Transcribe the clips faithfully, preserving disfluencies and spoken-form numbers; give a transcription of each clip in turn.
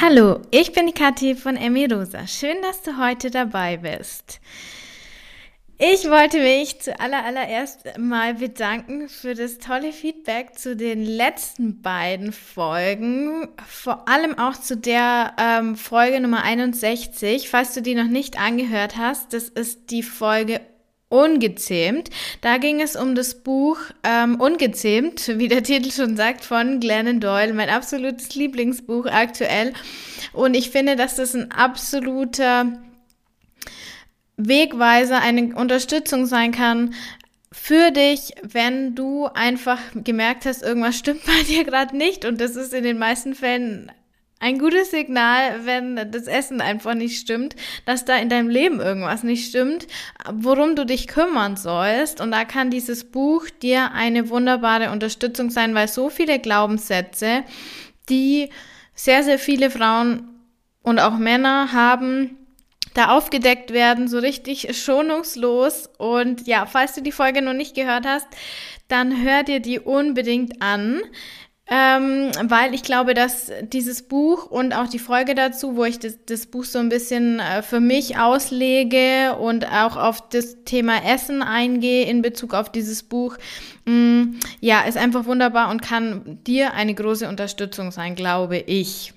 Hallo, ich bin die Kathi von Emmy Rosa. Schön, dass du heute dabei bist. Ich wollte mich zuallererst mal bedanken für das tolle Feedback zu den letzten beiden Folgen, vor allem auch zu der ähm, Folge Nummer einundsechzig. Falls du die noch nicht angehört hast, das ist die Folge Ungezähmt. Da ging es um das Buch ähm, Ungezähmt, wie der Titel schon sagt, von Glennon Doyle, mein absolutes Lieblingsbuch aktuell. Und ich finde, dass das ein absoluter Wegweiser, eine Unterstützung sein kann für dich, wenn du einfach gemerkt hast, irgendwas stimmt bei dir gerade nicht. Und das ist in den meisten Fällen ein gutes Signal, wenn das Essen einfach nicht stimmt, dass da in deinem Leben irgendwas nicht stimmt, worum du dich kümmern sollst. Und da kann dieses Buch dir eine wunderbare Unterstützung sein, weil so viele Glaubenssätze, die sehr, sehr viele Frauen und auch Männer haben, da aufgedeckt werden, so richtig schonungslos. Und ja, falls du die Folge noch nicht gehört hast, dann hör dir die unbedingt an. Ähm, weil ich glaube, dass dieses Buch und auch die Folge dazu, wo ich das, das Buch so ein bisschen äh, für mich auslege und auch auf das Thema Essen eingehe in Bezug auf dieses Buch, mh, ja, ist einfach wunderbar und kann dir eine große Unterstützung sein, glaube ich.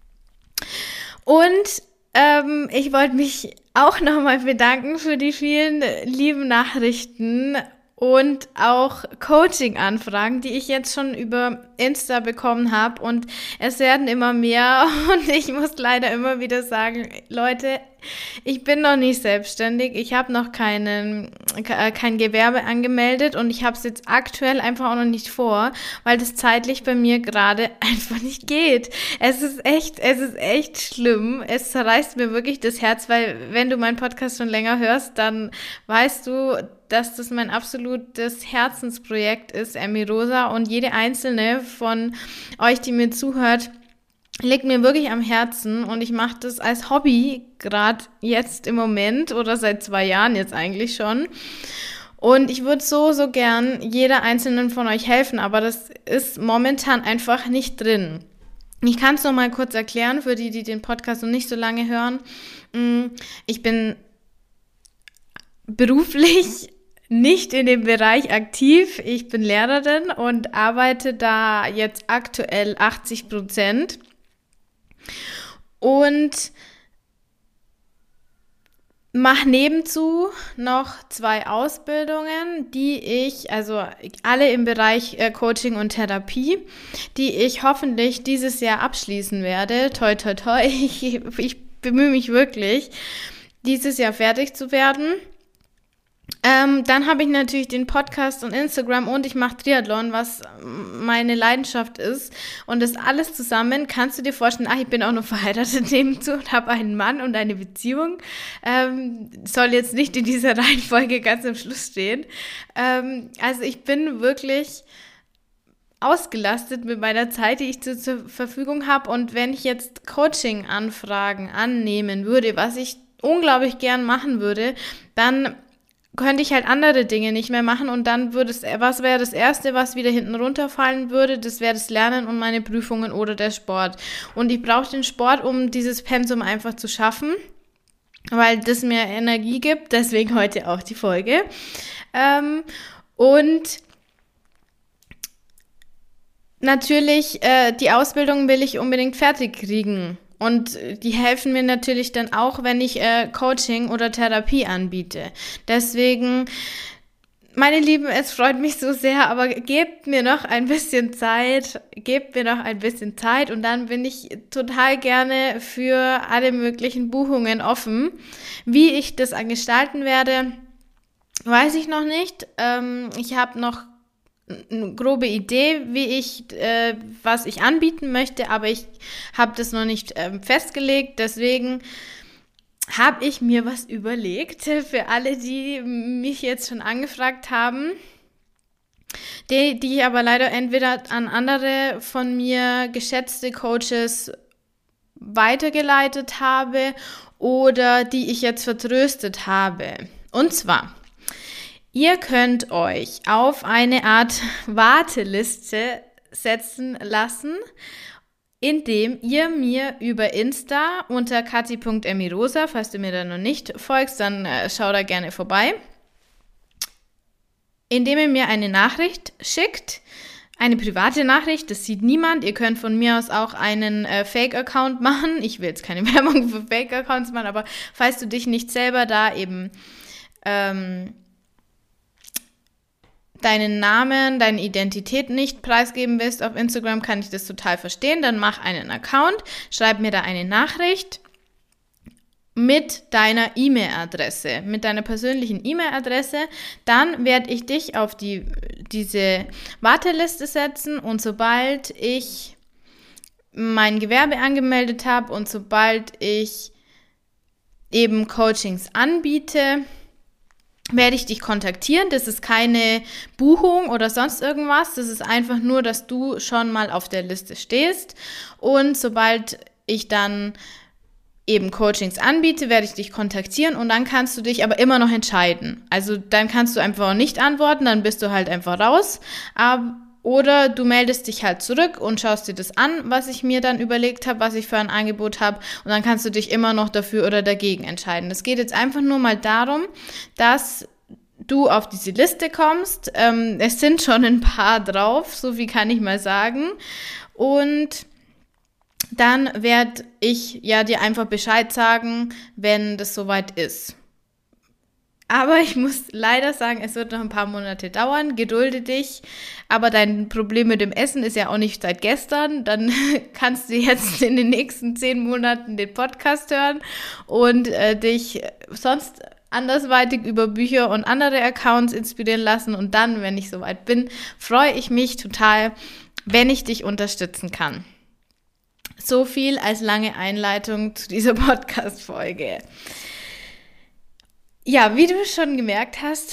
Und ähm, ich wollte mich auch nochmal bedanken für die vielen lieben Nachrichten und auch Coaching-Anfragen, die ich jetzt schon über Insta bekommen habe. Und es werden immer mehr. Und ich muss leider immer wieder sagen, Leute, ich bin noch nicht selbstständig. Ich habe noch keinen, kein Gewerbe angemeldet. Und ich habe es jetzt aktuell einfach auch noch nicht vor, weil das zeitlich bei mir gerade einfach nicht geht. Es ist echt, es ist echt schlimm. Es zerreißt mir wirklich das Herz, weil wenn du meinen Podcast schon länger hörst, dann weißt du, dass das mein absolutes Herzensprojekt ist, Emmy Rosa, und jede einzelne von euch, die mir zuhört, liegt mir wirklich am Herzen und ich mache das als Hobby, gerade jetzt im Moment oder seit zwei Jahren jetzt eigentlich schon. Und ich würde so, so gern jeder einzelnen von euch helfen, aber das ist momentan einfach nicht drin. Ich kann es noch mal kurz erklären für die, die den Podcast noch nicht so lange hören. Ich bin beruflich nicht in dem Bereich aktiv. Ich bin Lehrerin und arbeite da jetzt aktuell achtzig Prozent und mache nebenzu noch zwei Ausbildungen, die ich, also alle im Bereich äh, Coaching und Therapie, die ich hoffentlich dieses Jahr abschließen werde. Toi, toi, toi. Ich, ich bemühe mich wirklich, dieses Jahr fertig zu werden. Ähm, dann habe ich natürlich den Podcast und Instagram und ich mache Triathlon, was meine Leidenschaft ist. Und das alles zusammen, kannst du dir vorstellen, ach, ich bin auch noch verheiratet nebenzu und habe einen Mann und eine Beziehung. Ähm, soll jetzt nicht in dieser Reihenfolge ganz am Schluss stehen. Ähm, also ich bin wirklich ausgelastet mit meiner Zeit, die ich zu, zur Verfügung habe. Und wenn ich jetzt Coaching-Anfragen annehmen würde, was ich unglaublich gern machen würde, dann könnte ich halt andere Dinge nicht mehr machen und dann würde es, was wäre das Erste, was wieder hinten runterfallen würde? Das wäre das Lernen und meine Prüfungen oder der Sport. Und ich brauche den Sport, um dieses Pensum einfach zu schaffen, weil das mir Energie gibt, deswegen heute auch die Folge. Ähm, und natürlich, äh, die Ausbildung will ich unbedingt fertig kriegen. Und die helfen mir natürlich dann auch, wenn ich äh, Coaching oder Therapie anbiete. Deswegen, meine Lieben, es freut mich so sehr, aber gebt mir noch ein bisschen Zeit, gebt mir noch ein bisschen Zeit und dann bin ich total gerne für alle möglichen Buchungen offen. Wie ich das gestalten werde, weiß ich noch nicht. Ähm, ich habe noch eine grobe Idee, wie ich, äh, was ich anbieten möchte, aber ich habe das noch nicht ähm, festgelegt, deswegen habe ich mir was überlegt für alle, die mich jetzt schon angefragt haben, die, die ich aber leider entweder an andere von mir geschätzte Coaches weitergeleitet habe oder die ich jetzt vertröstet habe. Und zwar: Ihr könnt euch auf eine Art Warteliste setzen lassen indem ihr mir über Insta unter kathi punkt emirosa, falls du mir da noch nicht folgst, dann äh, schau da gerne vorbei, indem ihr mir eine Nachricht schickt, eine private Nachricht, das sieht niemand. Ihr könnt von mir aus auch einen äh, Fake-Account machen. Ich will jetzt keine Werbung für Fake-Accounts machen, aber falls du dich nicht selber da eben ähm, deinen Namen, deine Identität nicht preisgeben willst auf Instagram, kann ich das total verstehen. Dann mach einen Account, schreib mir da eine Nachricht mit deiner E-Mail-Adresse, mit deiner persönlichen E-Mail-Adresse. Dann werde ich dich auf die, diese Warteliste setzen und sobald ich mein Gewerbe angemeldet habe und sobald ich eben Coachings anbiete, werde ich dich kontaktieren. Das ist keine Buchung oder sonst irgendwas. Das ist einfach nur, dass du schon mal auf der Liste stehst. Und sobald ich dann eben Coachings anbiete, werde ich dich kontaktieren und dann kannst du dich aber immer noch entscheiden. Also dann kannst du einfach nicht antworten, dann bist du halt einfach raus. Oder du meldest dich halt zurück und schaust dir das an, was ich mir dann überlegt habe, was ich für ein Angebot habe. Und dann kannst du dich immer noch dafür oder dagegen entscheiden. Es geht jetzt einfach nur mal darum, dass du auf diese Liste kommst. Ähm, es sind schon ein paar drauf, so viel kann ich mal sagen. Und dann werde ich ja dir einfach Bescheid sagen, wenn das soweit ist. Aber ich muss leider sagen, es wird noch ein paar Monate dauern, gedulde dich. Aber dein Problem mit dem Essen ist ja auch nicht seit gestern. Dann kannst du jetzt in den nächsten zehn Monaten den Podcast hören und äh, dich sonst andersweitig über Bücher und andere Accounts inspirieren lassen. Und dann, wenn ich soweit bin, freue ich mich total, wenn ich dich unterstützen kann. So viel als lange Einleitung zu dieser Podcast-Folge. Ja, wie du schon gemerkt hast,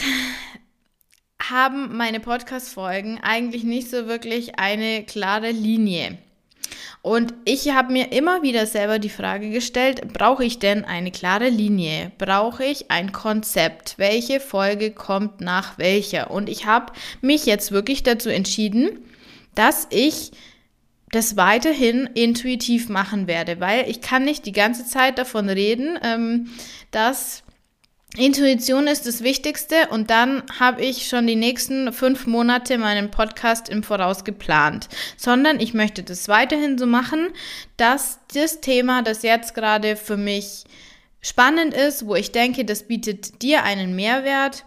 haben meine Podcast-Folgen eigentlich nicht so wirklich eine klare Linie. Und ich habe mir immer wieder selber die Frage gestellt, brauche ich denn eine klare Linie? Brauche ich ein Konzept? Welche Folge kommt nach welcher? Und ich habe mich jetzt wirklich dazu entschieden, dass ich das weiterhin intuitiv machen werde, weil ich kann nicht die ganze Zeit davon reden, ähm, dass Intuition ist das Wichtigste und dann habe ich schon die nächsten fünf Monate meinen Podcast im Voraus geplant, sondern ich möchte das weiterhin so machen, dass das Thema, das jetzt gerade für mich spannend ist, wo ich denke, das bietet dir einen Mehrwert,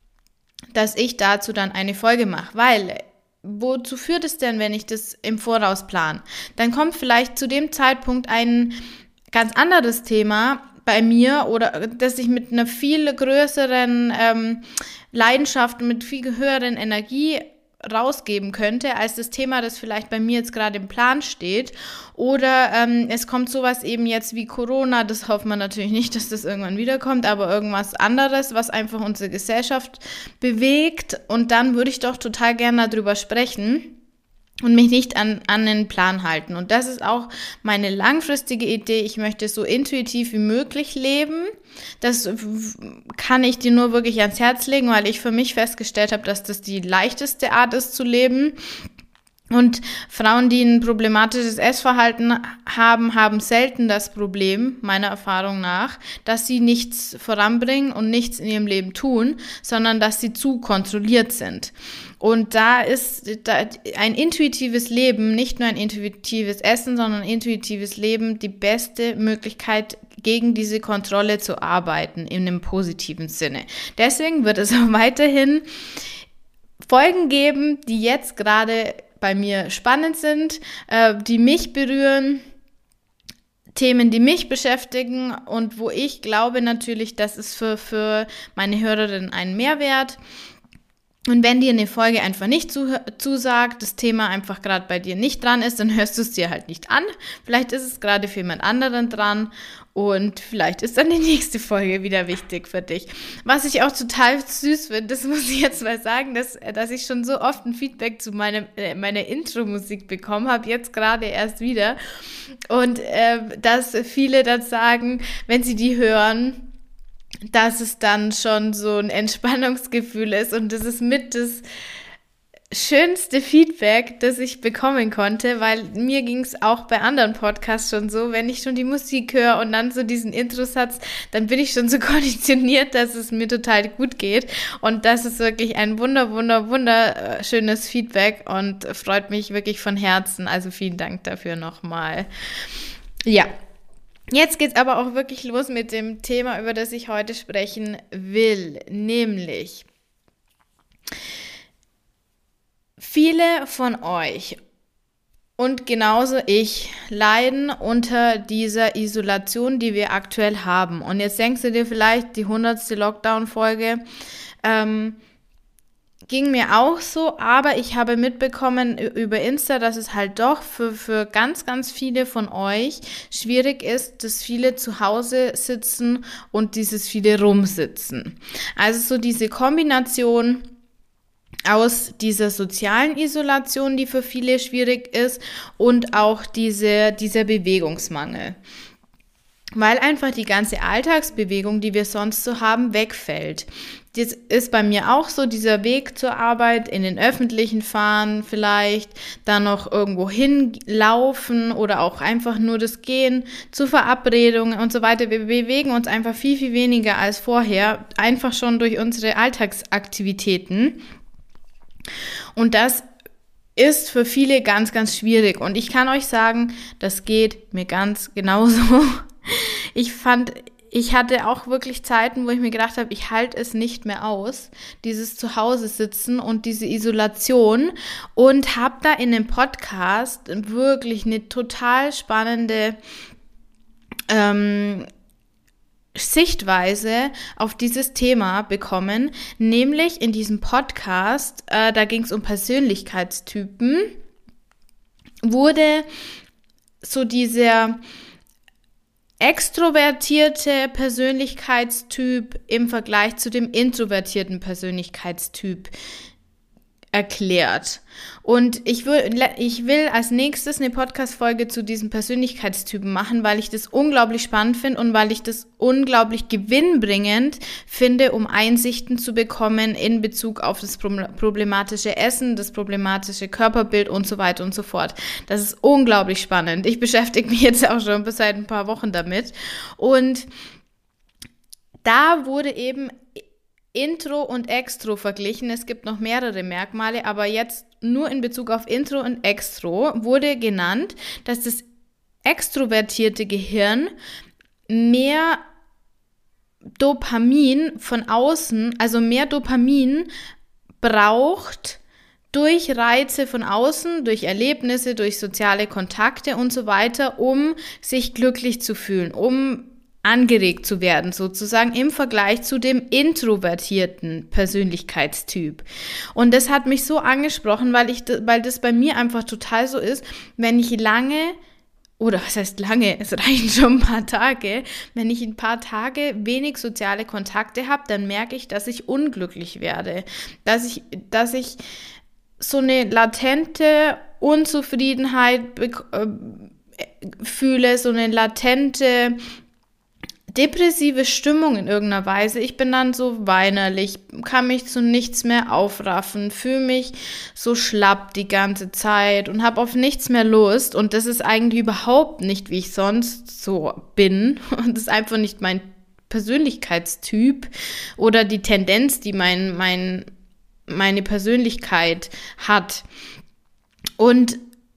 dass ich dazu dann eine Folge mache, weil wozu führt es denn, wenn ich das im Voraus plane? Dann kommt vielleicht zu dem Zeitpunkt ein ganz anderes Thema bei mir oder dass ich mit einer viel größeren ähm, Leidenschaft, mit viel höheren Energie rausgeben könnte, als das Thema, das vielleicht bei mir jetzt gerade im Plan steht. Oder ähm, es kommt sowas eben jetzt wie Corona, das hofft man natürlich nicht, dass das irgendwann wiederkommt, aber irgendwas anderes, was einfach unsere Gesellschaft bewegt. Und dann würde ich doch total gerne darüber sprechen und mich nicht an, an den Plan halten. Und das ist auch meine langfristige Idee. Ich möchte so intuitiv wie möglich leben. Das kann ich dir nur wirklich ans Herz legen, weil ich für mich festgestellt habe, dass das die leichteste Art ist zu leben. Und Frauen, die ein problematisches Essverhalten haben, haben selten das Problem, meiner Erfahrung nach, dass sie nichts voranbringen und nichts in ihrem Leben tun, sondern dass sie zu kontrolliert sind. Und da ist da ein intuitives Leben, nicht nur ein intuitives Essen, sondern ein intuitives Leben die beste Möglichkeit, gegen diese Kontrolle zu arbeiten, in einem positiven Sinne. Deswegen wird es auch weiterhin Folgen geben, die jetzt gerade bei mir spannend sind, äh, die mich berühren, Themen, die mich beschäftigen und wo ich glaube natürlich, das ist für, für meine Hörerinnen ein Mehrwert. Und wenn dir eine Folge einfach nicht zusagt, das Thema einfach gerade bei dir nicht dran ist, dann hörst du es dir halt nicht an. Vielleicht ist es gerade für jemand anderen dran und vielleicht ist dann die nächste Folge wieder wichtig für dich. Was ich auch total süß finde, das muss ich jetzt mal sagen, dass, dass ich schon so oft ein Feedback zu meiner, äh, meiner Intro-Musik bekommen habe, jetzt gerade erst wieder. Und äh, dass viele dann sagen, wenn sie die hören, dass es dann schon so ein Entspannungsgefühl ist und das ist mit das, schönste Feedback, das ich bekommen konnte, weil mir ging es auch bei anderen Podcasts schon so, wenn ich schon die Musik höre und dann so diesen Introsatz, dann bin ich schon so konditioniert, dass es mir total gut geht, und das ist wirklich ein wunder, wunder, wunderschönes Feedback und freut mich wirklich von Herzen, also vielen Dank dafür nochmal. Ja. Jetzt geht's aber auch wirklich los mit dem Thema, über das ich heute sprechen will, nämlich viele von euch und genauso ich leiden unter dieser Isolation, die wir aktuell haben. Und jetzt denkst du dir vielleicht, die hundertste Lockdown-Folge ähm, ging mir auch so, aber ich habe mitbekommen über Insta, dass es halt doch für, für ganz, ganz viele von euch schwierig ist, dass viele zu Hause sitzen und dieses viele rumsitzen. Also so diese Kombination aus dieser sozialen Isolation, die für viele schwierig ist, und auch diese, dieser Bewegungsmangel. Weil einfach die ganze Alltagsbewegung, die wir sonst so haben, wegfällt. Das ist bei mir auch so, dieser Weg zur Arbeit, in den öffentlichen Fahren vielleicht, dann noch irgendwo hinlaufen oder auch einfach nur das Gehen zu Verabredungen und so weiter. Wir bewegen uns einfach viel, viel weniger als vorher, einfach schon durch unsere Alltagsaktivitäten. Und das ist für viele ganz, ganz schwierig. Und ich kann euch sagen, das geht mir ganz genauso. Ich fand, ich hatte auch wirklich Zeiten, wo ich mir gedacht habe, ich halte es nicht mehr aus, dieses Zuhause sitzen und diese Isolation, und habe da in dem Podcast wirklich eine total spannende ähm, Sichtweise auf dieses Thema bekommen, nämlich in diesem Podcast, äh, da ging es um Persönlichkeitstypen, wurde so dieser extrovertierte Persönlichkeitstyp im Vergleich zu dem introvertierten Persönlichkeitstyp erklärt. Und ich will, ich will als nächstes eine Podcast-Folge zu diesen Persönlichkeitstypen machen, weil ich das unglaublich spannend finde und weil ich das unglaublich gewinnbringend finde, um Einsichten zu bekommen in Bezug auf das problematische Essen, das problematische Körperbild und so weiter und so fort. Das ist unglaublich spannend. Ich beschäftige mich jetzt auch schon bis seit ein paar Wochen damit. Und da wurde eben Intro und Extro verglichen. Es gibt noch mehrere Merkmale, aber jetzt nur in Bezug auf Intro und Extro wurde genannt, dass das extrovertierte Gehirn mehr Dopamin von außen, also mehr Dopamin braucht durch Reize von außen, durch Erlebnisse, durch soziale Kontakte und so weiter, um sich glücklich zu fühlen, um angeregt zu werden, sozusagen im Vergleich zu dem introvertierten Persönlichkeitstyp. Und das hat mich so angesprochen, weil ich, weil das bei mir einfach total so ist, wenn ich lange, oder was heißt lange, es reichen schon ein paar Tage, wenn ich ein paar Tage wenig soziale Kontakte habe, dann merke ich, dass ich unglücklich werde, dass ich, dass ich so eine latente Unzufriedenheit be- äh, fühle, so eine latente depressive Stimmung in irgendeiner Weise. Ich bin dann so weinerlich, kann mich zu nichts mehr aufraffen, fühle mich so schlapp die ganze Zeit und habe auf nichts mehr Lust. Und das ist eigentlich überhaupt nicht, wie ich sonst so bin. Und das ist einfach nicht mein Persönlichkeitstyp oder die Tendenz, die mein, mein, meine Persönlichkeit hat. Und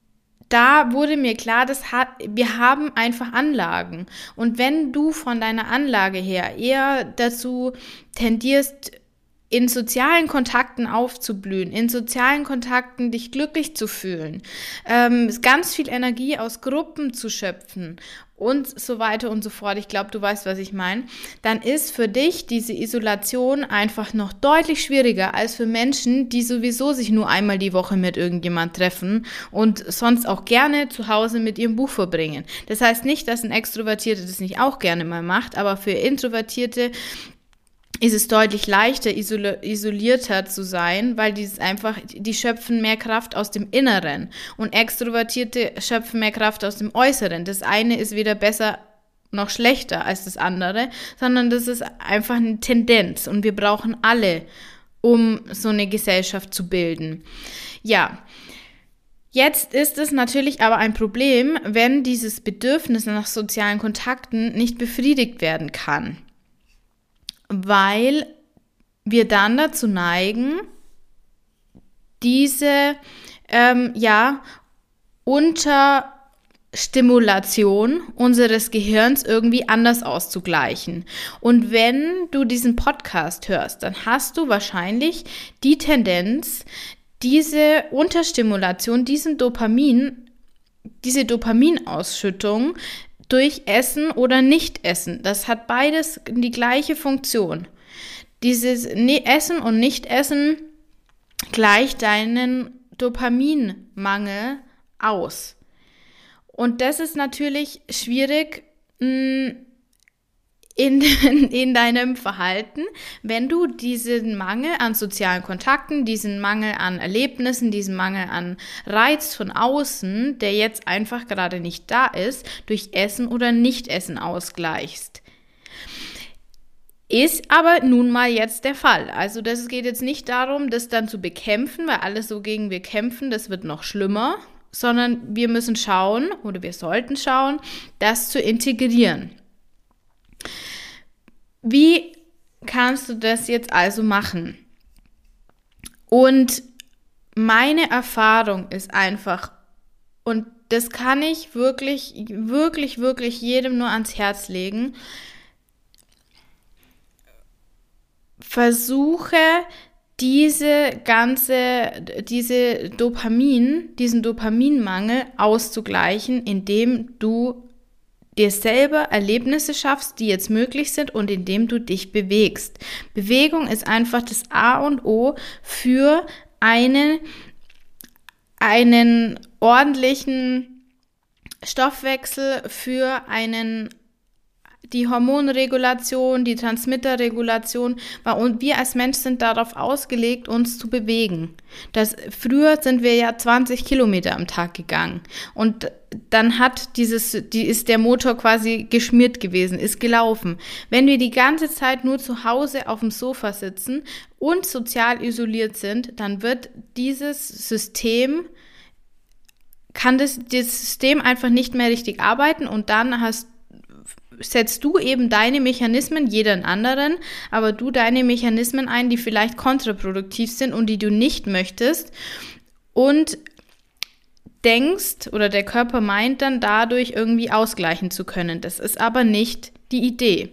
da wurde mir klar, das hat, wir haben einfach Anlagen. Und wenn du von deiner Anlage her eher dazu tendierst, in sozialen Kontakten aufzublühen, in sozialen Kontakten dich glücklich zu fühlen, ähm, ganz viel Energie aus Gruppen zu schöpfen und so weiter und so fort, ich glaube, du weißt, was ich meine, dann ist für dich diese Isolation einfach noch deutlich schwieriger als für Menschen, die sowieso sich nur einmal die Woche mit irgendjemand treffen und sonst auch gerne zu Hause mit ihrem Buch verbringen. Das heißt nicht, dass ein Extrovertierter das nicht auch gerne mal macht, aber für Introvertierte ist es deutlich leichter, isol- isolierter zu sein, weil die einfach, die schöpfen mehr Kraft aus dem Inneren und Extrovertierte schöpfen mehr Kraft aus dem Äußeren. Das eine ist weder besser noch schlechter als das andere, sondern das ist einfach eine Tendenz und wir brauchen alle um so eine Gesellschaft zu bilden. Ja, jetzt ist es natürlich aber ein Problem, wenn dieses Bedürfnis nach sozialen Kontakten nicht befriedigt werden kann, weil wir dann dazu neigen, diese ähm, ja, Unterstimulation unseres Gehirns irgendwie anders auszugleichen. Und wenn du diesen Podcast hörst, dann hast du wahrscheinlich die Tendenz, diese Unterstimulation, diesen Dopamin, diese Dopaminausschüttung durch Essen oder Nicht-Essen, das hat beides die gleiche Funktion. Dieses Essen und Nicht-Essen gleicht deinen Dopaminmangel aus. Und das ist natürlich schwierig in, in, in deinem Verhalten, wenn du diesen Mangel an sozialen Kontakten, diesen Mangel an Erlebnissen, diesen Mangel an Reiz von außen, der jetzt einfach gerade nicht da ist, durch Essen oder Nicht-Essen ausgleichst. Ist aber nun mal jetzt der Fall. Also das geht jetzt nicht darum, das dann zu bekämpfen, weil alles so gegen wir kämpfen, das wird noch schlimmer, sondern wir müssen schauen oder wir sollten schauen, das zu integrieren. Wie kannst du das jetzt also machen? Und meine Erfahrung ist einfach, und das kann ich wirklich, wirklich, wirklich jedem nur ans Herz legen, versuche diese ganze, diese Dopamin, diesen Dopaminmangel auszugleichen, indem du dir selber Erlebnisse schaffst, die jetzt möglich sind und indem du dich bewegst. Bewegung ist einfach das A und O für einen, einen ordentlichen Stoffwechsel, für einen die Hormonregulation, die Transmitterregulation, und wir als Mensch sind darauf ausgelegt, uns zu bewegen. Das, früher sind wir ja zwanzig Kilometer am Tag gegangen und dann hat dieses, die ist der Motor quasi geschmiert gewesen, ist gelaufen. Wenn wir die ganze Zeit nur zu Hause auf dem Sofa sitzen und sozial isoliert sind, dann wird dieses System, kann das, das System einfach nicht mehr richtig arbeiten und dann hast setzt du eben deine Mechanismen, jeden anderen, aber du deine Mechanismen ein, die vielleicht kontraproduktiv sind und die du nicht möchtest und denkst oder der Körper meint dann dadurch irgendwie ausgleichen zu können. Das ist aber nicht die Idee.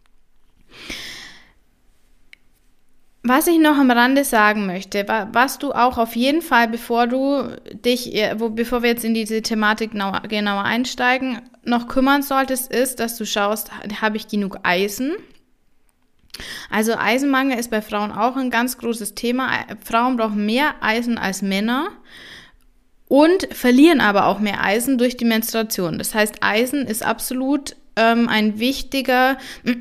Was ich noch am Rande sagen möchte, was du auch auf jeden Fall, bevor du dich, bevor wir jetzt in diese Thematik genauer einsteigen, noch kümmern solltest, ist, dass du schaust, habe ich genug Eisen? Also Eisenmangel ist bei Frauen auch ein ganz großes Thema. Frauen brauchen mehr Eisen als Männer und verlieren aber auch mehr Eisen durch die Menstruation. Das heißt, Eisen ist absolut ähm, ein wichtiger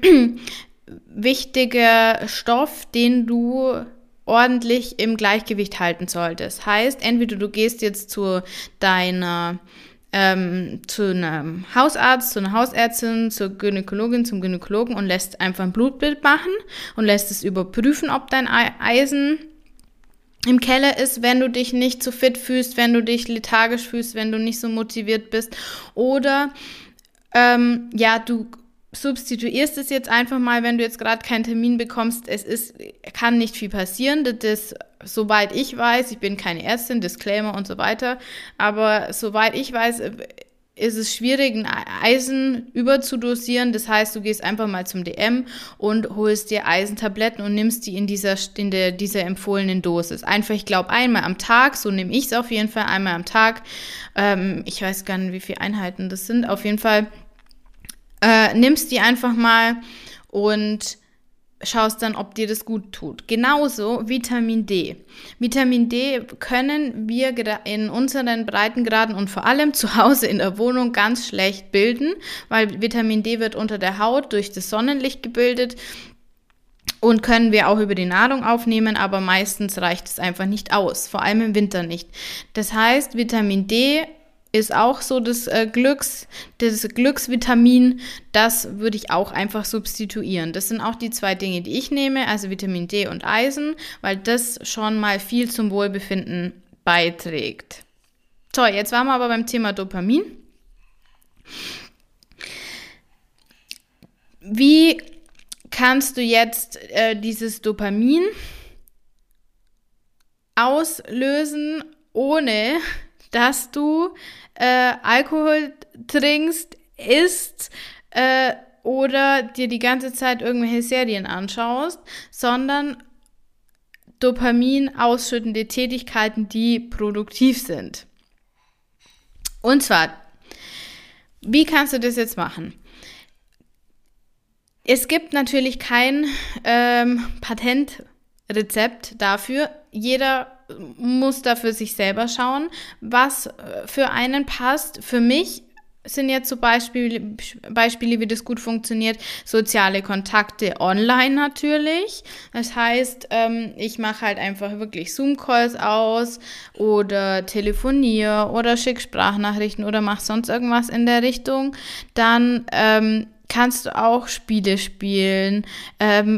wichtiger Stoff, den du ordentlich im Gleichgewicht halten solltest. Heißt, entweder du gehst jetzt zu deiner, ähm, zu einem Hausarzt, zu einer Hausärztin, zur Gynäkologin, zum Gynäkologen und lässt einfach ein Blutbild machen und lässt es überprüfen, ob dein Eisen im Keller ist, wenn du dich nicht so fit fühlst, wenn du dich lethargisch fühlst, wenn du nicht so motiviert bist. Oder ähm, ja, du substituierst es jetzt einfach mal, wenn du jetzt gerade keinen Termin bekommst. Es ist, kann nicht viel passieren. Das ist, soweit ich weiß, ich bin keine Ärztin, Disclaimer und so weiter, aber soweit ich weiß, ist es schwierig, ein Eisen überzudosieren. Das heißt, du gehst einfach mal zum D M und holst dir Eisentabletten und nimmst die in dieser, in der, dieser empfohlenen Dosis. Einfach, ich glaube, einmal am Tag, so nehme ich es auf jeden Fall, einmal am Tag. Ähm, ich weiß gar nicht, wie viele Einheiten das sind. Auf jeden Fall Äh, nimmst die einfach mal und schaust dann, ob dir das gut tut. Genauso Vitamin D. Vitamin D können wir in unseren Breitengraden und vor allem zu Hause in der Wohnung ganz schlecht bilden, weil Vitamin D wird unter der Haut durch das Sonnenlicht gebildet und können wir auch über die Nahrung aufnehmen, aber meistens reicht es einfach nicht aus, vor allem im Winter nicht. Das heißt, Vitamin D ist auch so das äh, Glücks, das Glücksvitamin, das würde ich auch einfach substituieren. Das sind auch die zwei Dinge, die ich nehme, also Vitamin D und Eisen, weil das schon mal viel zum Wohlbefinden beiträgt. So, jetzt waren wir aber beim Thema Dopamin. Wie kannst du jetzt äh, dieses Dopamin auslösen, ohne dass du äh, Alkohol trinkst, isst äh, oder dir die ganze Zeit irgendwelche Serien anschaust, sondern Dopamin ausschüttende Tätigkeiten, die produktiv sind. Und zwar, wie kannst du das jetzt machen? Es gibt natürlich kein ähm, Patentrezept dafür. Jeder muss da für sich selber schauen, was für einen passt. Für mich sind jetzt so Beispiele, Beispiele, wie das gut funktioniert, soziale Kontakte online natürlich. Das heißt, ähm, ich mache halt einfach wirklich Zoom-Calls aus oder telefoniere oder schicke Sprachnachrichten oder mache sonst irgendwas in der Richtung. Dann ähm, kannst du auch Spiele spielen, ähm,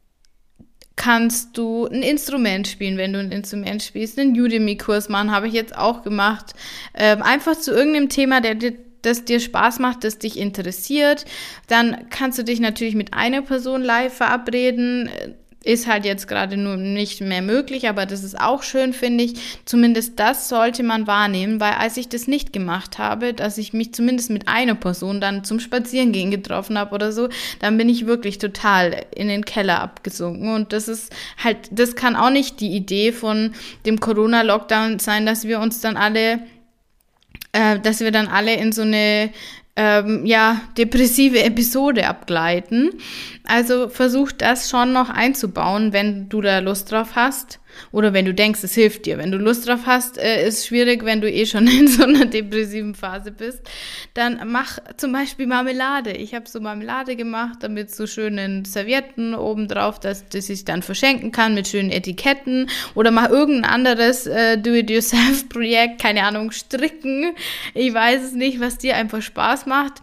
kannst du ein Instrument spielen, wenn du ein Instrument spielst, einen Udemy-Kurs machen, habe ich jetzt auch gemacht. Ähm, einfach zu irgendeinem Thema, der dir das dir Spaß macht, das dich interessiert. Dann kannst du dich natürlich mit einer Person live verabreden. Ist halt jetzt gerade nur nicht mehr möglich, aber das ist auch schön, finde ich. Zumindest das sollte man wahrnehmen, weil als ich das nicht gemacht habe, dass ich mich zumindest mit einer Person dann zum Spazierengehen getroffen habe oder so, dann bin ich wirklich total in den Keller abgesunken. Und das ist halt, das kann auch nicht die Idee von dem Corona-Lockdown sein, dass wir uns dann alle, äh, dass wir dann alle in so eine Ähm, ja, depressive Episode abgleiten. Also versuch das schon noch einzubauen, wenn du da Lust drauf hast oder wenn du denkst, es hilft dir. Wenn du Lust drauf hast, äh, ist schwierig, wenn du eh schon in so einer depressiven Phase bist. Dann mach zum Beispiel Marmelade. Ich habe so Marmelade gemacht, damit so schönen Servietten obendrauf, dass das ich dann verschenken kann mit schönen Etiketten oder mach irgendein anderes äh, Do-it-yourself-Projekt, keine Ahnung, stricken. Ich weiß es nicht, was dir einfach Spaß macht.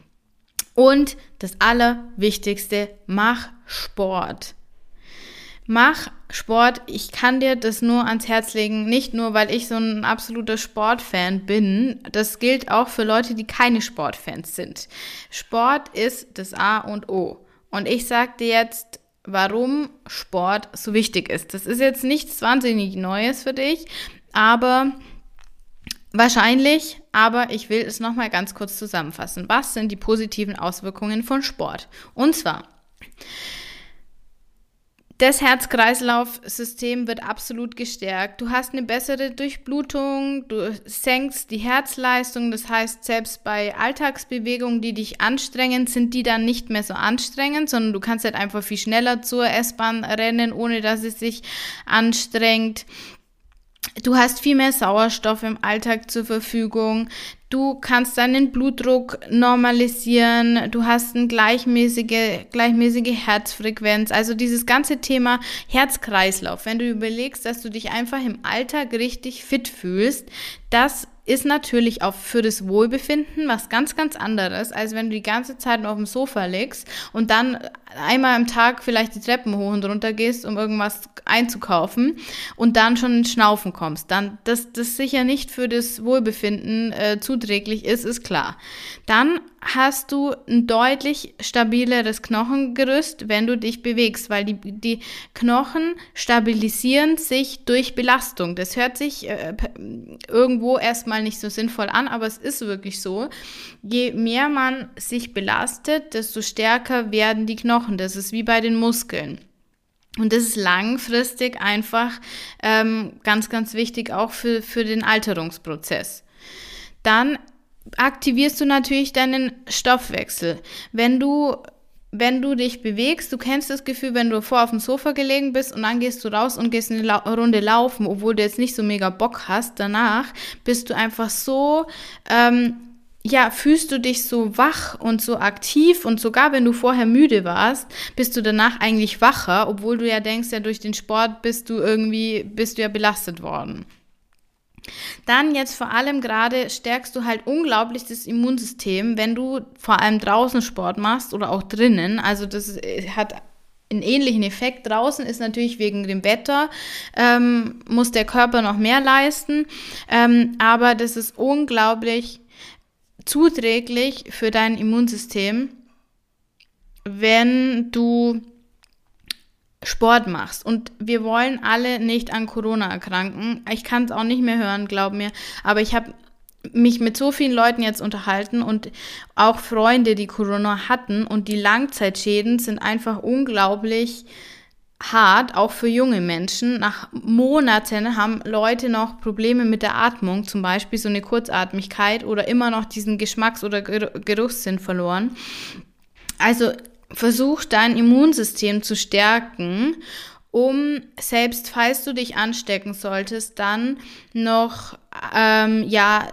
Und das Allerwichtigste, mach Sport. Mach Sport, ich kann dir das nur ans Herz legen, nicht nur, weil ich so ein absoluter Sportfan bin, das gilt auch für Leute, die keine Sportfans sind. Sport ist das A und O. Und ich sag dir jetzt, warum Sport so wichtig ist. Das ist jetzt nichts wahnsinnig Neues für dich, aber wahrscheinlich, aber ich will es nochmal ganz kurz zusammenfassen. Was sind die positiven Auswirkungen von Sport? Und zwar, das Herz-Kreislauf-System wird absolut gestärkt. Du hast eine bessere Durchblutung, du senkst die Herzleistung, das heißt, selbst bei Alltagsbewegungen, die dich anstrengen, sind die dann nicht mehr so anstrengend, sondern du kannst halt einfach viel schneller zur S-Bahn rennen, ohne dass es sich anstrengt. Du hast viel mehr Sauerstoff im Alltag zur Verfügung. Du kannst deinen Blutdruck normalisieren. Du hast eine gleichmäßige, gleichmäßige Herzfrequenz. Also dieses ganze Thema Herz-Kreislauf. Wenn du überlegst, dass du dich einfach im Alltag richtig fit fühlst, das ist natürlich auch für das Wohlbefinden was ganz, ganz anderes, als wenn du die ganze Zeit nur auf dem Sofa liegst und dann einmal am Tag vielleicht die Treppen hoch und runter gehst, um irgendwas einzukaufen und dann schon ins Schnaufen kommst. Dann, dass das sicher nicht für das Wohlbefinden äh, zuträglich ist, ist klar. Dann hast du ein deutlich stabileres Knochengerüst, wenn du dich bewegst, weil die, die Knochen stabilisieren sich durch Belastung. Das hört sich äh, irgendwo erstmal nicht so sinnvoll an, aber es ist wirklich so. Je mehr man sich belastet, desto stärker werden die Knochen. Das ist wie bei den Muskeln. Und das ist langfristig einfach ähm, ganz, ganz wichtig auch für, für den Alterungsprozess. Dann aktivierst du natürlich deinen Stoffwechsel. Wenn du, wenn du dich bewegst, du kennst das Gefühl, wenn du vor auf dem Sofa gelegen bist und dann gehst du raus und gehst eine La- Runde laufen, obwohl du jetzt nicht so mega Bock hast, danach bist du einfach so, ähm, ja, fühlst du dich so wach und so aktiv und sogar wenn du vorher müde warst, bist du danach eigentlich wacher, obwohl du ja denkst, ja durch den Sport bist du irgendwie, bist du ja belastet worden. Dann jetzt vor allem gerade stärkst du halt unglaublich das Immunsystem, wenn du vor allem draußen Sport machst oder auch drinnen. Also das hat einen ähnlichen Effekt. Draußen ist natürlich wegen dem Wetter, ähm, muss der Körper noch mehr leisten, ähm, aber das ist unglaublich zuträglich für dein Immunsystem, wenn du Sport machst. Und wir wollen alle nicht an Corona erkranken. Ich kann es auch nicht mehr hören, glaub mir. Aber ich habe mich mit so vielen Leuten jetzt unterhalten und auch Freunde, die Corona hatten. Und die Langzeitschäden sind einfach unglaublich hart, auch für junge Menschen. Nach Monaten haben Leute noch Probleme mit der Atmung, zum Beispiel so eine Kurzatmigkeit oder immer noch diesen Geschmacks- oder Geruchssinn verloren. Also versuch dein Immunsystem zu stärken, um, selbst falls du dich anstecken solltest, dann noch ähm, ja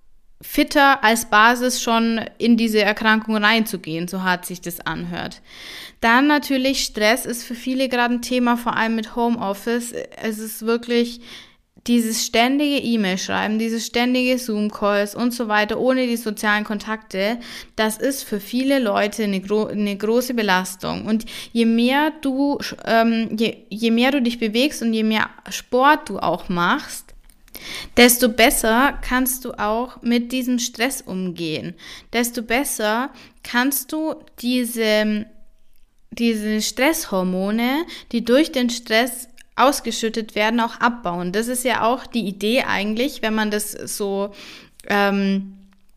fitter als Basis schon in diese Erkrankung reinzugehen, so hart sich das anhört. Dann natürlich Stress ist für viele gerade ein Thema, vor allem mit Homeoffice. Es ist wirklich dieses ständige E-Mail-Schreiben, diese ständige Zoom-Calls und so weiter, ohne die sozialen Kontakte, das ist für viele Leute eine, gro- eine große Belastung. Und je mehr du, ähm, je, je mehr du dich bewegst und je mehr Sport du auch machst, desto besser kannst du auch mit diesem Stress umgehen. Desto besser kannst du diese, diese Stresshormone, die durch den Stress ausgeschüttet werden, auch abbauen. Das ist ja auch die Idee eigentlich, wenn man das so ähm,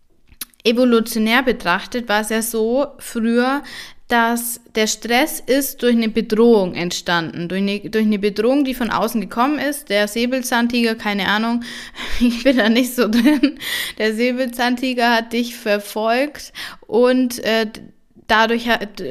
evolutionär betrachtet, war es ja so früher, dass der Stress ist durch eine Bedrohung entstanden, durch eine, durch eine Bedrohung, die von außen gekommen ist. Der Säbelzahntiger, keine Ahnung, ich bin da nicht so drin, der Säbelzahntiger hat dich verfolgt und äh, dadurch,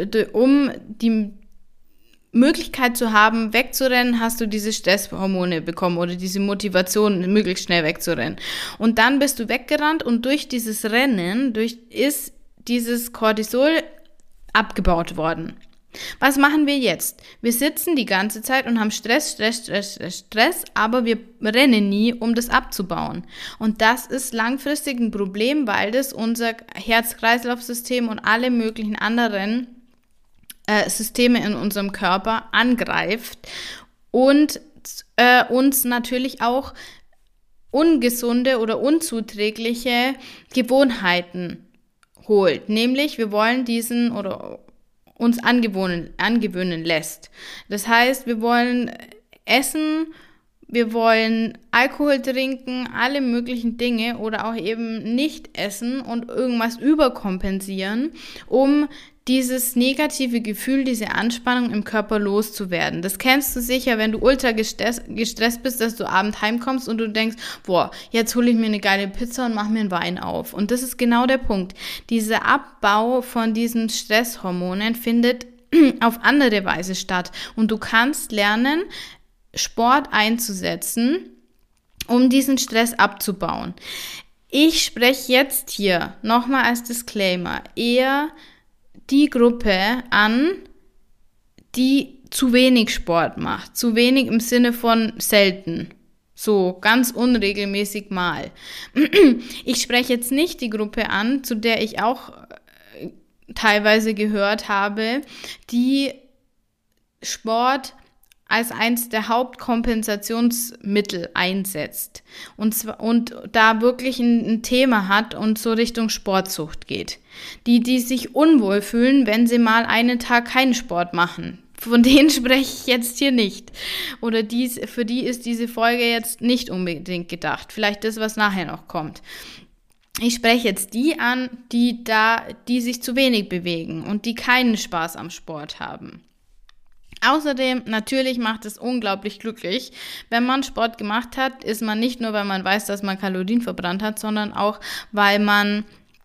um die Möglichkeit zu haben, wegzurennen, hast du diese Stresshormone bekommen oder diese Motivation, möglichst schnell wegzurennen. Und dann bist du weggerannt und durch dieses Rennen durch ist dieses Cortisol abgebaut worden. Was machen wir jetzt? Wir sitzen die ganze Zeit und haben Stress, Stress, Stress, Stress, Stress, aber wir rennen nie, um das abzubauen. Und das ist langfristig ein Problem, weil das unser Herz-Kreislauf-System und alle möglichen anderen Systeme in unserem Körper angreift und äh, uns natürlich auch ungesunde oder unzuträgliche Gewohnheiten holt. Nämlich, wir wollen diesen oder uns angewöhnen, angewöhnen lässt. Das heißt, wir wollen essen, wir wollen Alkohol trinken, alle möglichen Dinge oder auch eben nicht essen und irgendwas überkompensieren, um dieses negative Gefühl, diese Anspannung im Körper loszuwerden. Das kennst du sicher, wenn du ultra gestresst, gestresst bist, dass du abends heimkommst und du denkst, boah, jetzt hole ich mir eine geile Pizza und mache mir einen Wein auf. Und das ist genau der Punkt. Dieser Abbau von diesen Stresshormonen findet auf andere Weise statt. Und du kannst lernen, Sport einzusetzen, um diesen Stress abzubauen. Ich spreche jetzt hier nochmal als Disclaimer eher die Gruppe an, die zu wenig Sport macht. Zu wenig im Sinne von selten. So, ganz unregelmäßig mal. Ich spreche jetzt nicht die Gruppe an, zu der ich auch teilweise gehört habe, die Sport als eins der Hauptkompensationsmittel einsetzt und zwar, und da wirklich ein, ein Thema hat und so Richtung Sportsucht geht. Die, die sich unwohl fühlen, wenn sie mal einen Tag keinen Sport machen. Von denen spreche ich jetzt hier nicht. Oder dies, für die ist diese Folge jetzt nicht unbedingt gedacht. Vielleicht das, was nachher noch kommt. Ich spreche jetzt die an, die da, die sich zu wenig bewegen und die keinen Spaß am Sport haben. Außerdem, natürlich macht es unglaublich glücklich. Wenn man Sport gemacht hat, ist man nicht nur, weil man weiß, dass man Kalorien verbrannt hat, sondern auch, weil man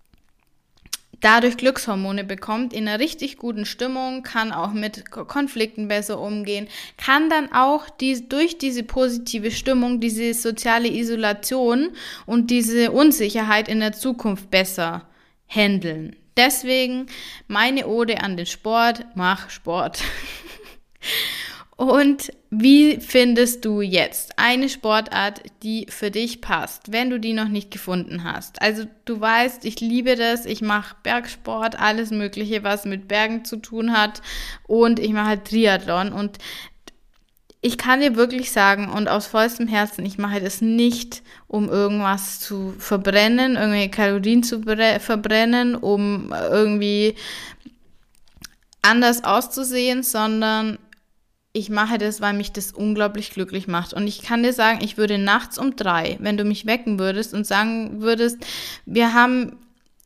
dadurch Glückshormone bekommt, in einer richtig guten Stimmung, kann auch mit Konflikten besser umgehen, kann dann auch die, durch diese positive Stimmung, diese soziale Isolation und diese Unsicherheit in der Zukunft besser handeln. Deswegen meine Ode an den Sport, mach Sport. Und wie findest du jetzt eine Sportart, die für dich passt, wenn du die noch nicht gefunden hast? Also du weißt, ich liebe das, ich mache Bergsport, alles Mögliche, was mit Bergen zu tun hat und ich mache halt Triathlon und ich kann dir wirklich sagen und aus vollstem Herzen, ich mache das nicht, um irgendwas zu verbrennen, irgendwelche Kalorien zu bre- verbrennen, um irgendwie anders auszusehen, sondern ich mache das, weil mich das unglaublich glücklich macht. Und ich kann dir sagen, ich würde nachts um drei, wenn du mich wecken würdest und sagen würdest, wir haben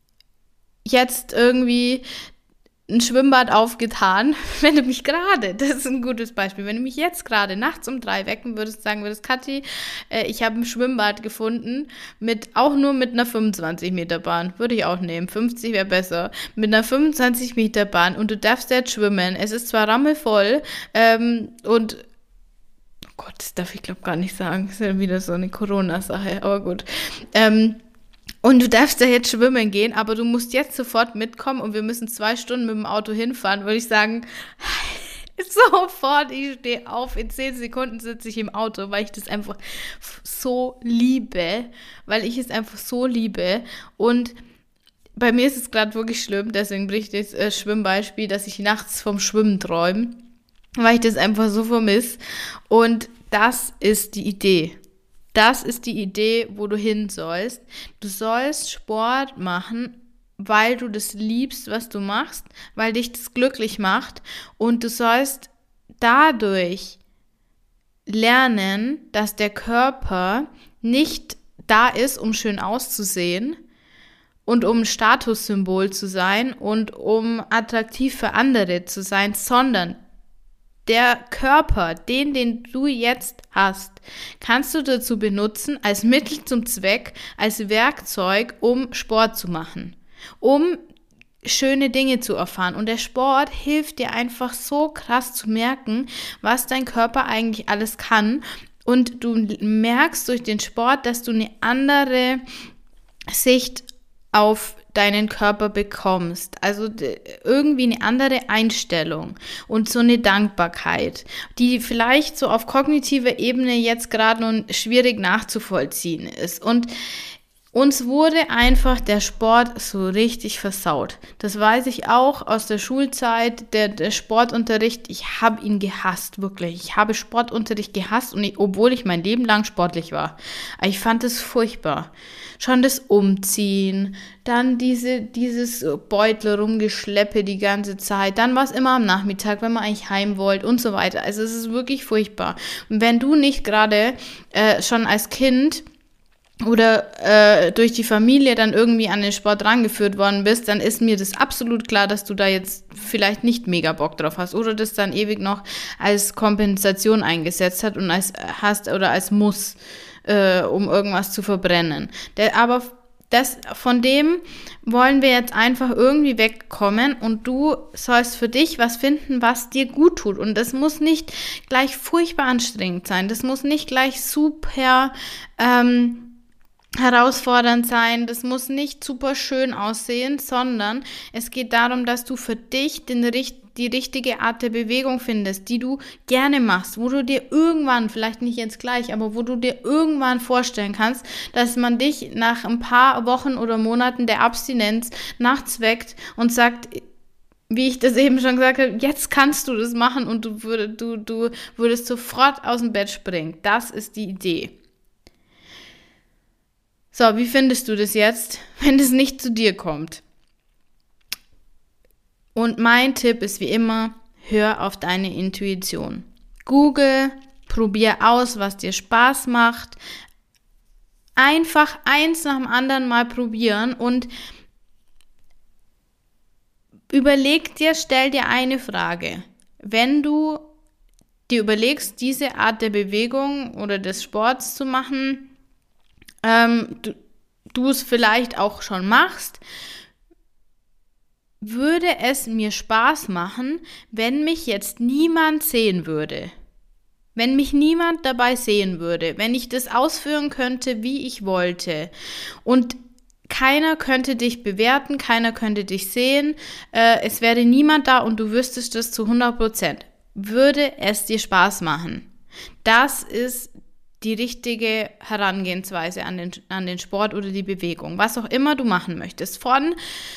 jetzt irgendwie ein Schwimmbad aufgetan, wenn du mich gerade, das ist ein gutes Beispiel, wenn du mich jetzt gerade nachts um drei wecken würdest, sagen würdest, Kathi, äh, ich habe ein Schwimmbad gefunden, mit auch nur mit einer fünfundzwanzig Meter Bahn, würde ich auch nehmen, fünfzig wäre besser, mit einer fünfundzwanzig Meter Bahn und du darfst jetzt schwimmen, es ist zwar rammelvoll ähm, und oh Gott, das darf ich glaube gar nicht sagen, das ist ja wieder so eine Corona-Sache, aber gut, ähm, und du darfst ja jetzt schwimmen gehen, aber du musst jetzt sofort mitkommen und wir müssen zwei Stunden mit dem Auto hinfahren, würde ich sagen, sofort, ich stehe auf, in zehn Sekunden sitze ich im Auto, weil ich das einfach so liebe, weil ich es einfach so liebe und bei mir ist es gerade wirklich schlimm, deswegen bricht das äh, Schwimmbeispiel, dass ich nachts vom Schwimmen träume, weil ich das einfach so vermisse und das ist die Idee. Das ist die Idee, wo du hin sollst. Du sollst Sport machen, weil du das liebst, was du machst, weil dich das glücklich macht und du sollst dadurch lernen, dass der Körper nicht da ist, um schön auszusehen und um Statussymbol zu sein und um attraktiv für andere zu sein, sondern der Körper, den, den du jetzt hast, kannst du dazu benutzen als Mittel zum Zweck, als Werkzeug, um Sport zu machen, um schöne Dinge zu erfahren. Und der Sport hilft dir einfach so krass zu merken, was dein Körper eigentlich alles kann. Und du merkst durch den Sport, dass du eine andere Sicht auf deinen Körper bekommst. Also irgendwie eine andere Einstellung und so eine Dankbarkeit, die vielleicht so auf kognitiver Ebene jetzt gerade noch schwierig nachzuvollziehen ist. Und uns wurde einfach der Sport so richtig versaut. Das weiß ich auch aus der Schulzeit, der, der Sportunterricht, ich habe ihn gehasst, wirklich. Ich habe Sportunterricht gehasst, und ich, obwohl ich mein Leben lang sportlich war. Ich fand es furchtbar. Schon das Umziehen, dann diese, dieses Beutel rumgeschleppe die ganze Zeit, dann war es immer am Nachmittag, wenn man eigentlich heim wollte und so weiter. Also es ist wirklich furchtbar. Und wenn du nicht gerade äh, schon als Kind oder äh, durch die Familie dann irgendwie an den Sport rangeführt worden bist, dann ist mir das absolut klar, dass du da jetzt vielleicht nicht mega Bock drauf hast oder das dann ewig noch als Kompensation eingesetzt hat und als hast oder als Muss, äh, um irgendwas zu verbrennen. Der, aber das, von dem wollen wir jetzt einfach irgendwie wegkommen und du sollst für dich was finden, was dir gut tut. Und das muss nicht gleich furchtbar anstrengend sein. Das muss nicht gleich super ähm, herausfordernd sein, das muss nicht super schön aussehen, sondern es geht darum, dass du für dich den, die richtige Art der Bewegung findest, die du gerne machst, wo du dir irgendwann, vielleicht nicht jetzt gleich, aber wo du dir irgendwann vorstellen kannst, dass man dich nach ein paar Wochen oder Monaten der Abstinenz nachts weckt und sagt, wie ich das eben schon gesagt habe, jetzt kannst du das machen und du, würd, du, du würdest sofort aus dem Bett springen. Das ist die Idee. So, wie findest du das jetzt, wenn das nicht zu dir kommt? Und mein Tipp ist wie immer, hör auf deine Intuition. Google, probier aus, was dir Spaß macht. Einfach eins nach dem anderen mal probieren und überleg dir, stell dir eine Frage. Wenn du dir überlegst, diese Art der Bewegung oder des Sports zu machen, ähm, du, du es vielleicht auch schon machst, würde es mir Spaß machen, wenn mich jetzt niemand sehen würde. Wenn mich niemand dabei sehen würde, wenn ich das ausführen könnte, wie ich wollte. Und keiner könnte dich bewerten, keiner könnte dich sehen, äh, es wäre niemand da und du wüsstest das zu hundert Prozent. würde es dir Spaß machen? Das ist die richtige Herangehensweise an den, an den Sport oder die Bewegung, was auch immer du machen möchtest. Von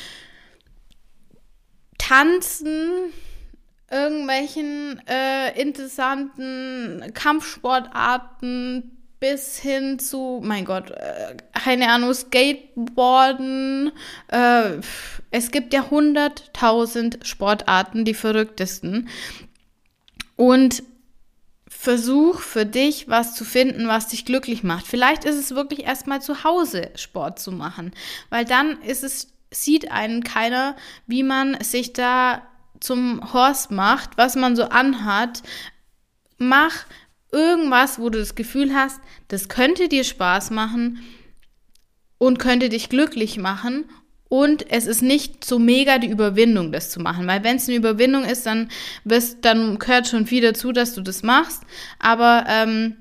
Tanzen, irgendwelchen äh, interessanten Kampfsportarten bis hin zu, mein Gott, äh, keine Ahnung, Skateboarden. Äh, es gibt ja hunderttausend Sportarten, die verrücktesten. Und versuch für dich was zu finden, was dich glücklich macht. Vielleicht ist es wirklich erstmal zu Hause Sport zu machen, weil dann ist es, sieht einen keiner, wie man sich da zum Horst macht, was man so anhat. Mach irgendwas, wo du das Gefühl hast, das könnte dir Spaß machen und könnte dich glücklich machen. Und es ist nicht so mega die Überwindung, das zu machen. Weil wenn es eine Überwindung ist, dann, wirst, dann gehört schon viel dazu, dass du das machst. Aber ähm,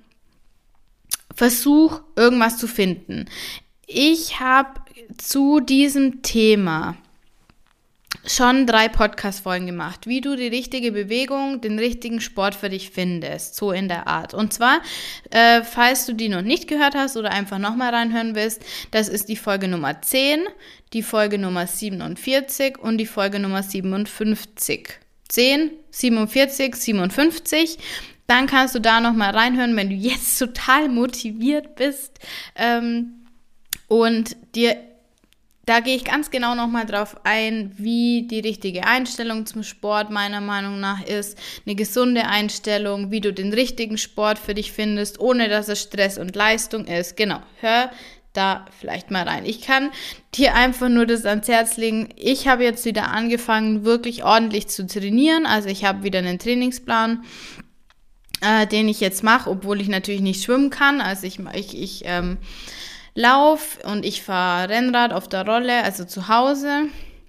versuch, irgendwas zu finden. Ich habe zu diesem Thema schon drei Podcast-Folgen gemacht, wie du die richtige Bewegung, den richtigen Sport für dich findest, so in der Art. Und zwar, äh, falls du die noch nicht gehört hast oder einfach nochmal reinhören willst, das ist die Folge Nummer zehn, die Folge Nummer siebenundvierzig und die Folge Nummer siebenundfünfzig. zehn, siebenundvierzig, siebenundfünfzig. Dann kannst du da nochmal reinhören, wenn du jetzt total motiviert bist ähm, und dir Da gehe ich ganz genau nochmal drauf ein, wie die richtige Einstellung zum Sport meiner Meinung nach ist. Eine gesunde Einstellung, wie du den richtigen Sport für dich findest, ohne dass es Stress und Leistung ist. Genau, hör da vielleicht mal rein. Ich kann dir einfach nur das ans Herz legen. Ich habe jetzt wieder angefangen, wirklich ordentlich zu trainieren. Also ich habe wieder einen Trainingsplan, äh, den ich jetzt mache, obwohl ich natürlich nicht schwimmen kann. Also ich, ich, ich ähm, Lauf und ich fahre Rennrad auf der Rolle, also zu Hause,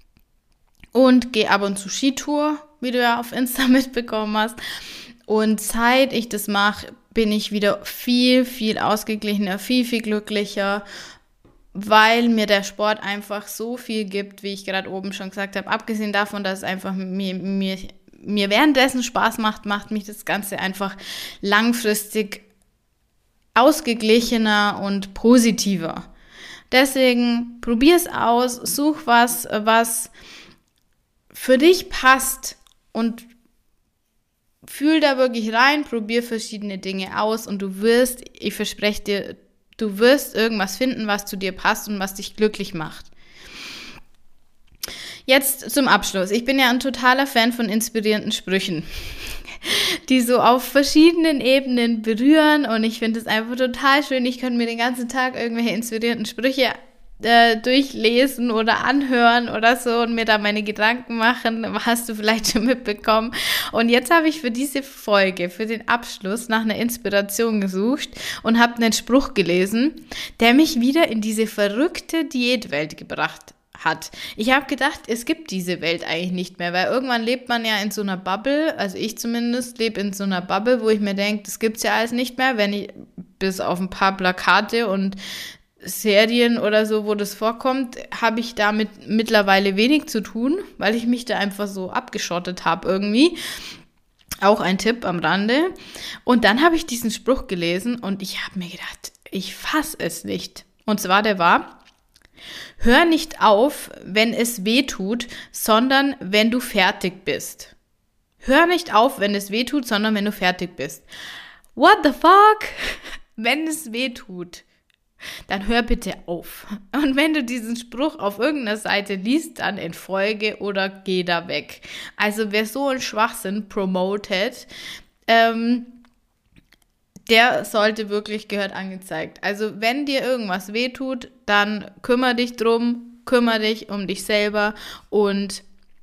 und gehe ab und zu Skitour, wie du ja auf Insta mitbekommen hast. Und seit ich das mache, bin ich wieder viel, viel ausgeglichener, viel, viel glücklicher, weil mir der Sport einfach so viel gibt, wie ich gerade oben schon gesagt habe. Abgesehen davon, dass es einfach mir, mir, mir währenddessen Spaß macht, macht mich das Ganze einfach langfristig ausgeglichener und positiver. Deswegen probier's aus, such was, was für dich passt und fühl da wirklich rein, probier verschiedene Dinge aus und du wirst, ich verspreche dir, du wirst irgendwas finden, was zu dir passt und was dich glücklich macht. Jetzt zum Abschluss. Ich bin ja ein totaler Fan von inspirierenden Sprüchen, die so auf verschiedenen Ebenen berühren, und ich finde es einfach total schön. Ich könnte mir den ganzen Tag irgendwelche inspirierenden Sprüche äh, durchlesen oder anhören oder so und mir da meine Gedanken machen, hast du vielleicht schon mitbekommen. Und jetzt habe ich für diese Folge, für den Abschluss nach einer Inspiration gesucht und habe einen Spruch gelesen, der mich wieder in diese verrückte Diätwelt gebracht hat. hat. Ich habe gedacht, es gibt diese Welt eigentlich nicht mehr, weil irgendwann lebt man ja in so einer Bubble, also ich zumindest lebe in so einer Bubble, wo ich mir denke, das gibt's ja alles nicht mehr, wenn ich bis auf ein paar Plakate und Serien oder so, wo das vorkommt, habe ich damit mittlerweile wenig zu tun, weil ich mich da einfach so abgeschottet habe irgendwie. Auch ein Tipp am Rande. Und dann habe ich diesen Spruch gelesen und ich habe mir gedacht, ich fasse es nicht. Und zwar, der war: Hör nicht auf, wenn es weh tut, sondern wenn du fertig bist. Hör nicht auf, wenn es weh tut, sondern wenn du fertig bist. What the fuck? Wenn es weh tut, dann hör bitte auf. Und wenn du diesen Spruch auf irgendeiner Seite liest, dann entfolge oder geh da weg. Also wer so einen Schwachsinn promotet, ähm, der sollte wirklich gehört angezeigt. Also wenn dir irgendwas wehtut, dann kümmere dich drum, kümmere dich um dich selber und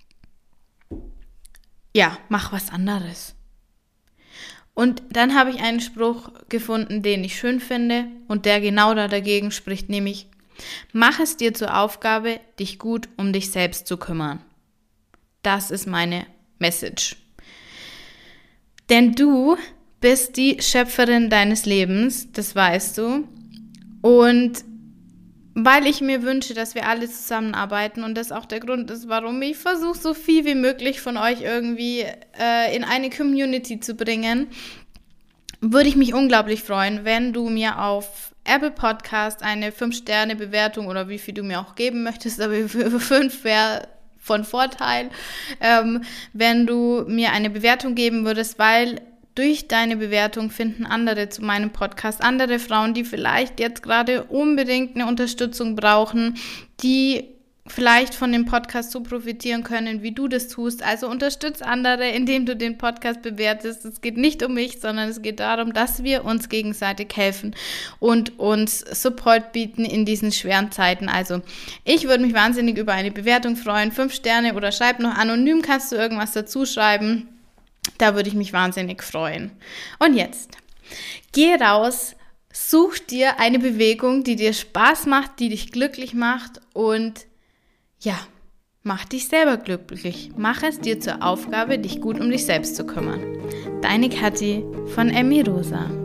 ja, mach was anderes. Und dann habe ich einen Spruch gefunden, den ich schön finde und der genau da dagegen spricht, nämlich: Mach es dir zur Aufgabe, dich gut um dich selbst zu kümmern. Das ist meine Message. Denn du bist die Schöpferin deines Lebens, das weißt du. Und weil ich mir wünsche, dass wir alle zusammenarbeiten und das auch der Grund ist, warum ich versuche, so viel wie möglich von euch irgendwie äh, in eine Community zu bringen, würde ich mich unglaublich freuen, wenn du mir auf Apple Podcast eine fünf Sterne Bewertung oder wie viel du mir auch geben möchtest, aber für fünf wäre von Vorteil, ähm, wenn du mir eine Bewertung geben würdest, weil durch deine Bewertung finden andere zu meinem Podcast, andere Frauen, die vielleicht jetzt gerade unbedingt eine Unterstützung brauchen, die vielleicht von dem Podcast so profitieren können, wie du das tust. Also unterstütz andere, indem du den Podcast bewertest. Es geht nicht um mich, sondern es geht darum, dass wir uns gegenseitig helfen und uns Support bieten in diesen schweren Zeiten. Also ich würde mich wahnsinnig über eine Bewertung freuen. Fünf Sterne oder schreib noch anonym, kannst du irgendwas dazu schreiben. Da würde ich mich wahnsinnig freuen. Und jetzt, geh raus, such dir eine Bewegung, die dir Spaß macht, die dich glücklich macht und ja, mach dich selber glücklich. Mach es dir zur Aufgabe, dich gut um dich selbst zu kümmern. Deine Kathi von Emmy Rosa.